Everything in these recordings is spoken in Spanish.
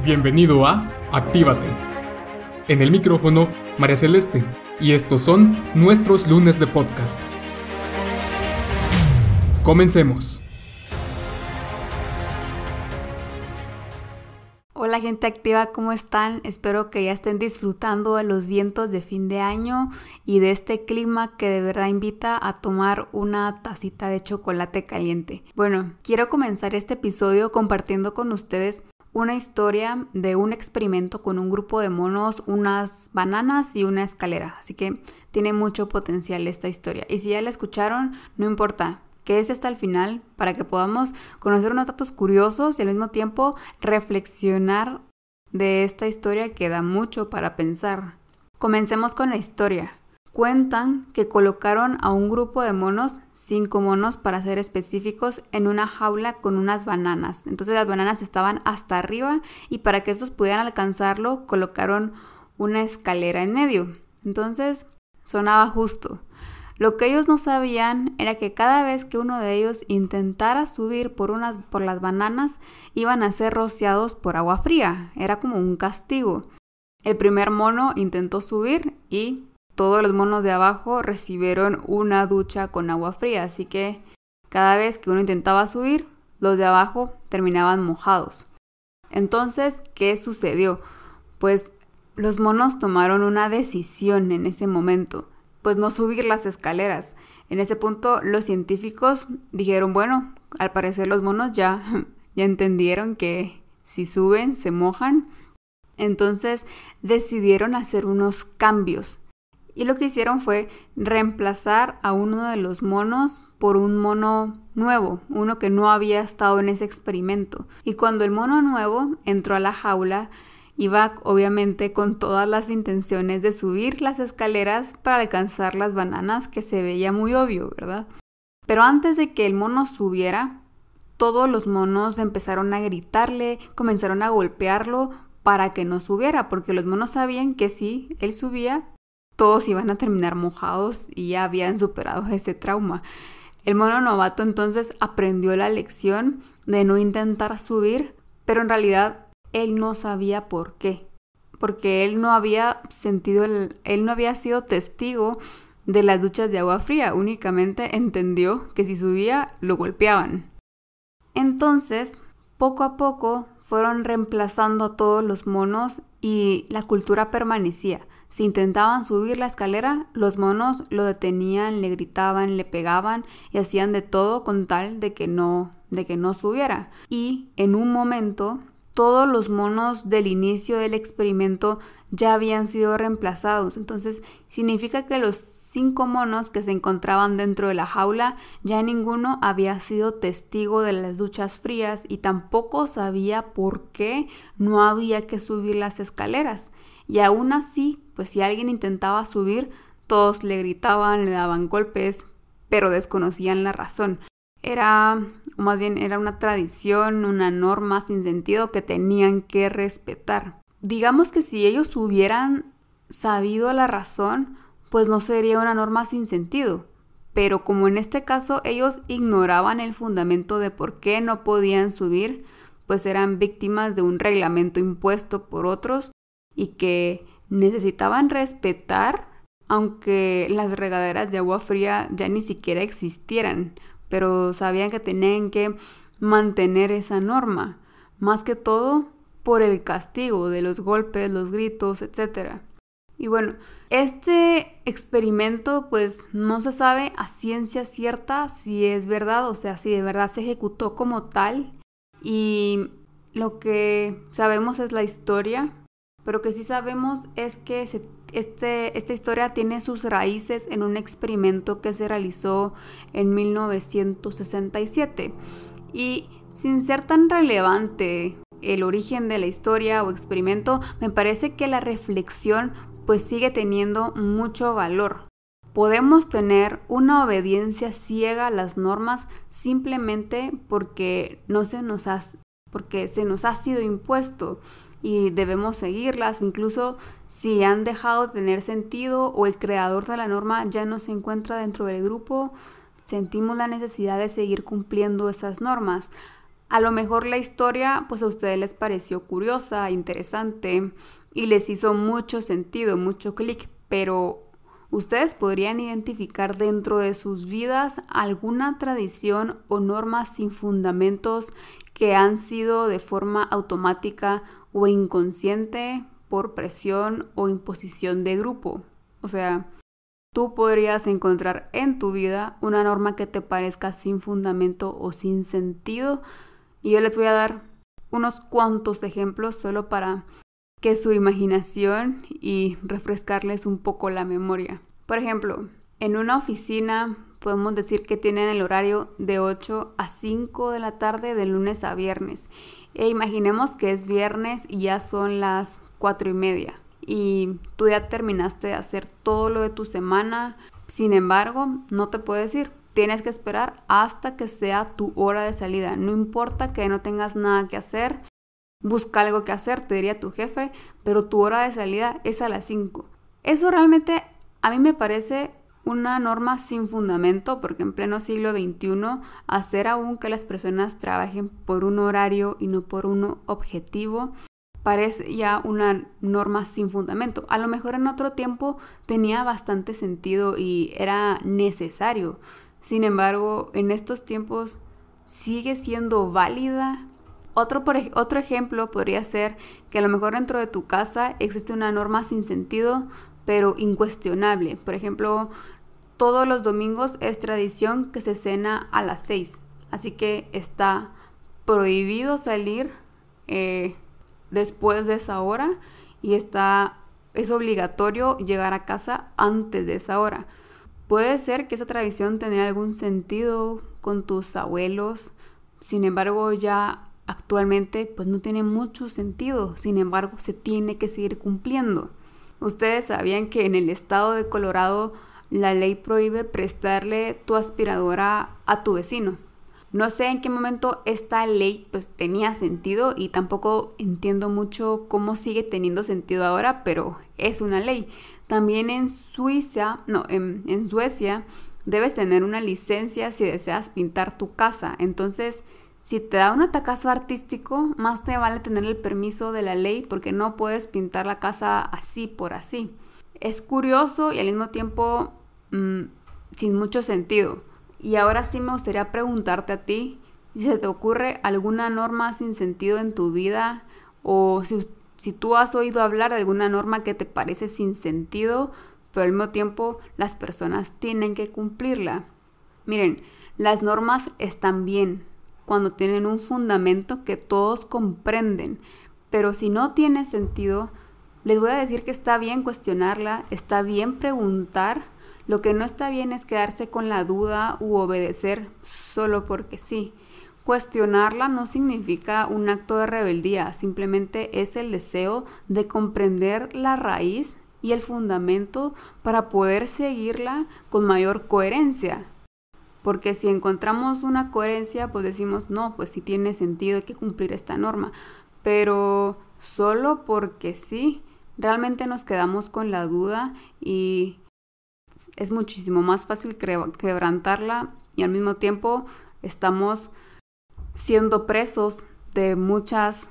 Bienvenido a Actívate. En el micrófono, María Celeste, y estos son nuestros lunes de podcast. Comencemos. Hola gente activa, ¿cómo están? Espero que ya estén disfrutando de los vientos de fin de año y de este clima que de verdad invita a tomar una tacita de chocolate caliente. Bueno, quiero comenzar este episodio compartiendo con ustedes una historia de un experimento con un grupo de monos, unas bananas y una escalera. Así que tiene mucho potencial esta historia. Y si ya la escucharon, no importa. Quédese hasta el final para que podamos conocer unos datos curiosos y al mismo tiempo reflexionar de esta historia que da mucho para pensar. Comencemos con la historia. Cuentan que colocaron a un grupo de monos, 5 monos para ser específicos, en una jaula con unas bananas. Entonces las bananas estaban hasta arriba y para que estos pudieran alcanzarlo colocaron una escalera en medio. Entonces sonaba justo. Lo que ellos no sabían era que cada vez que uno de ellos intentara subir por las bananas, iban a ser rociados por agua fría. Era como un castigo. El primer mono intentó subir y todos los monos de abajo recibieron una ducha con agua fría. Así que cada vez que uno intentaba subir, los de abajo terminaban mojados. Entonces, ¿qué sucedió? Pues los monos tomaron una decisión en ese momento. Pues no subir las escaleras. En ese punto los científicos dijeron, bueno, al parecer los monos ya entendieron que si suben se mojan. Entonces decidieron hacer unos cambios. Y lo que hicieron fue reemplazar a uno de los monos por un mono nuevo, uno que no había estado en ese experimento. Y cuando el mono nuevo entró a la jaula, iba obviamente con todas las intenciones de subir las escaleras para alcanzar las bananas, que se veía muy obvio, ¿verdad? Pero antes de que el mono subiera, todos los monos empezaron a gritarle, comenzaron a golpearlo para que no subiera, porque los monos sabían que si él subía, todos iban a terminar mojados y ya habían superado ese trauma. El mono novato entonces aprendió la lección de no intentar subir, pero en realidad él no sabía por qué, porque él no había sido testigo de las duchas de agua fría, únicamente entendió que si subía lo golpeaban. Entonces, poco a poco fueron reemplazando a todos los monos y la cultura permanecía. Si intentaban subir la escalera, los monos lo detenían, le gritaban, le pegaban y hacían de todo con tal de que no subiera. Y en un momento, todos los monos del inicio del experimento ya habían sido reemplazados. Entonces, significa que los 5 monos que se encontraban dentro de la jaula, ya ninguno había sido testigo de las duchas frías y tampoco sabía por qué no había que subir las escaleras. Y aún así, pues si alguien intentaba subir, todos le gritaban, le daban golpes, pero desconocían la razón. Era una tradición, una norma sin sentido que tenían que respetar. Digamos que si ellos hubieran sabido la razón, pues no sería una norma sin sentido. Pero como en este caso ellos ignoraban el fundamento de por qué no podían subir, pues eran víctimas de un reglamento impuesto por otros y que necesitaban respetar, aunque las regaderas de agua fría ya ni siquiera existieran, pero sabían que tenían que mantener esa norma, más que todo por el castigo de los golpes, los gritos, etc. Y bueno, este experimento pues no se sabe a ciencia cierta si es verdad, o sea, si de verdad se ejecutó como tal, y lo que sabemos es la historia. Pero que sí sabemos es que esta historia tiene sus raíces en un experimento que se realizó en 1967. Y sin ser tan relevante el origen de la historia o experimento, me parece que la reflexión pues sigue teniendo mucho valor. Podemos tener una obediencia ciega a las normas simplemente porque se nos ha sido impuesto. Y debemos seguirlas, incluso si han dejado de tener sentido o el creador de la norma ya no se encuentra dentro del grupo, sentimos la necesidad de seguir cumpliendo esas normas. A lo mejor la historia pues a ustedes les pareció curiosa, interesante y les hizo mucho sentido, mucho clic, pero ustedes podrían identificar dentro de sus vidas alguna tradición o norma sin fundamentos que han sido de forma automática o inconsciente por presión o imposición de grupo. O sea, tú podrías encontrar en tu vida una norma que te parezca sin fundamento o sin sentido. Y yo les voy a dar unos cuantos ejemplos solo para que su imaginación y refrescarles un poco la memoria. Por ejemplo, en una oficina podemos decir que tienen el horario de 8 a 5 de la tarde de lunes a viernes. E imaginemos que es viernes y ya son las 4:30 y tú ya terminaste de hacer todo lo de tu semana. Sin embargo, no te puedes ir. Tienes que esperar hasta que sea tu hora de salida. No importa que no tengas nada que hacer, busca algo que hacer, te diría tu jefe, pero tu hora de salida es a las 5. Eso realmente a mí me parece una norma sin fundamento, porque en pleno siglo XXI hacer aún que las personas trabajen por un horario y no por un objetivo parece ya una norma sin fundamento. A lo mejor en otro tiempo tenía bastante sentido y era necesario. Sin embargo, en estos tiempos sigue siendo válida. Otro ejemplo podría ser que a lo mejor dentro de tu casa existe una norma sin sentido, pero incuestionable. Por ejemplo, todos los domingos es tradición que se cena a las 6. Así que está prohibido salir después de esa hora y es obligatorio llegar a casa antes de esa hora. Puede ser que esa tradición tenía algún sentido con tus abuelos, sin embargo ya actualmente pues no tiene mucho sentido, sin embargo se tiene que seguir cumpliendo. Ustedes sabían que en el estado de Colorado la ley prohíbe prestarle tu aspiradora a tu vecino. No sé en qué momento esta ley pues tenía sentido y tampoco entiendo mucho cómo sigue teniendo sentido ahora, pero es una ley. También en Suecia debes tener una licencia si deseas pintar tu casa. Entonces, si te da un atacazo artístico, más te vale tener el permiso de la ley porque no puedes pintar la casa así por así. Es curioso y al mismo tiempo sin mucho sentido. Y ahora sí me gustaría preguntarte a ti si se te ocurre alguna norma sin sentido en tu vida o si tú has oído hablar de alguna norma que te parece sin sentido, pero al mismo tiempo las personas tienen que cumplirla. Miren, las normas están bien cuando tienen un fundamento que todos comprenden, pero si no tiene sentido, les voy a decir que está bien cuestionarla, está bien preguntar. Lo que no está bien es quedarse con la duda u obedecer solo porque sí. Cuestionarla no significa un acto de rebeldía, simplemente es el deseo de comprender la raíz y el fundamento para poder seguirla con mayor coherencia. Porque si encontramos una coherencia, pues decimos, no, pues sí tiene sentido, hay que cumplir esta norma. Pero solo porque sí, realmente nos quedamos con la duda y es muchísimo más fácil quebrantarla y al mismo tiempo estamos siendo presos de muchas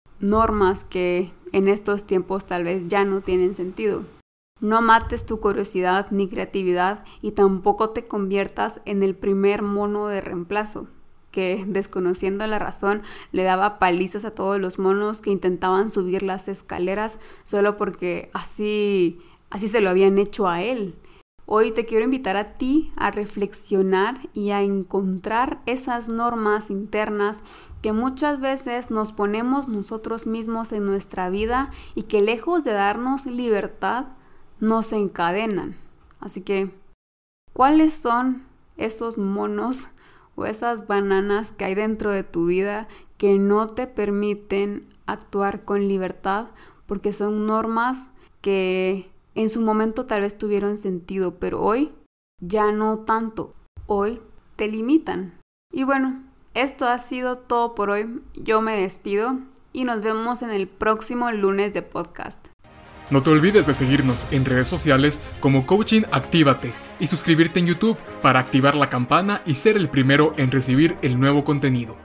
normas que en estos tiempos tal vez ya no tienen sentido. No mates tu curiosidad ni creatividad y tampoco te conviertas en el primer mono de reemplazo que, desconociendo la razón, le daba palizas a todos los monos que intentaban subir las escaleras solo porque así se lo habían hecho a él. Hoy te quiero invitar a ti a reflexionar y a encontrar esas normas internas que muchas veces nos ponemos nosotros mismos en nuestra vida y que lejos de darnos libertad, nos encadenan. Así que, ¿cuáles son esos monos o esas bananas que hay dentro de tu vida que no te permiten actuar con libertad? Porque son normas que en su momento tal vez tuvieron sentido, pero hoy ya no tanto. Hoy te limitan. Y bueno, esto ha sido todo por hoy. Yo me despido y nos vemos en el próximo lunes de podcast. No te olvides de seguirnos en redes sociales como Coaching Actívate y suscribirte en YouTube para activar la campana y ser el primero en recibir el nuevo contenido.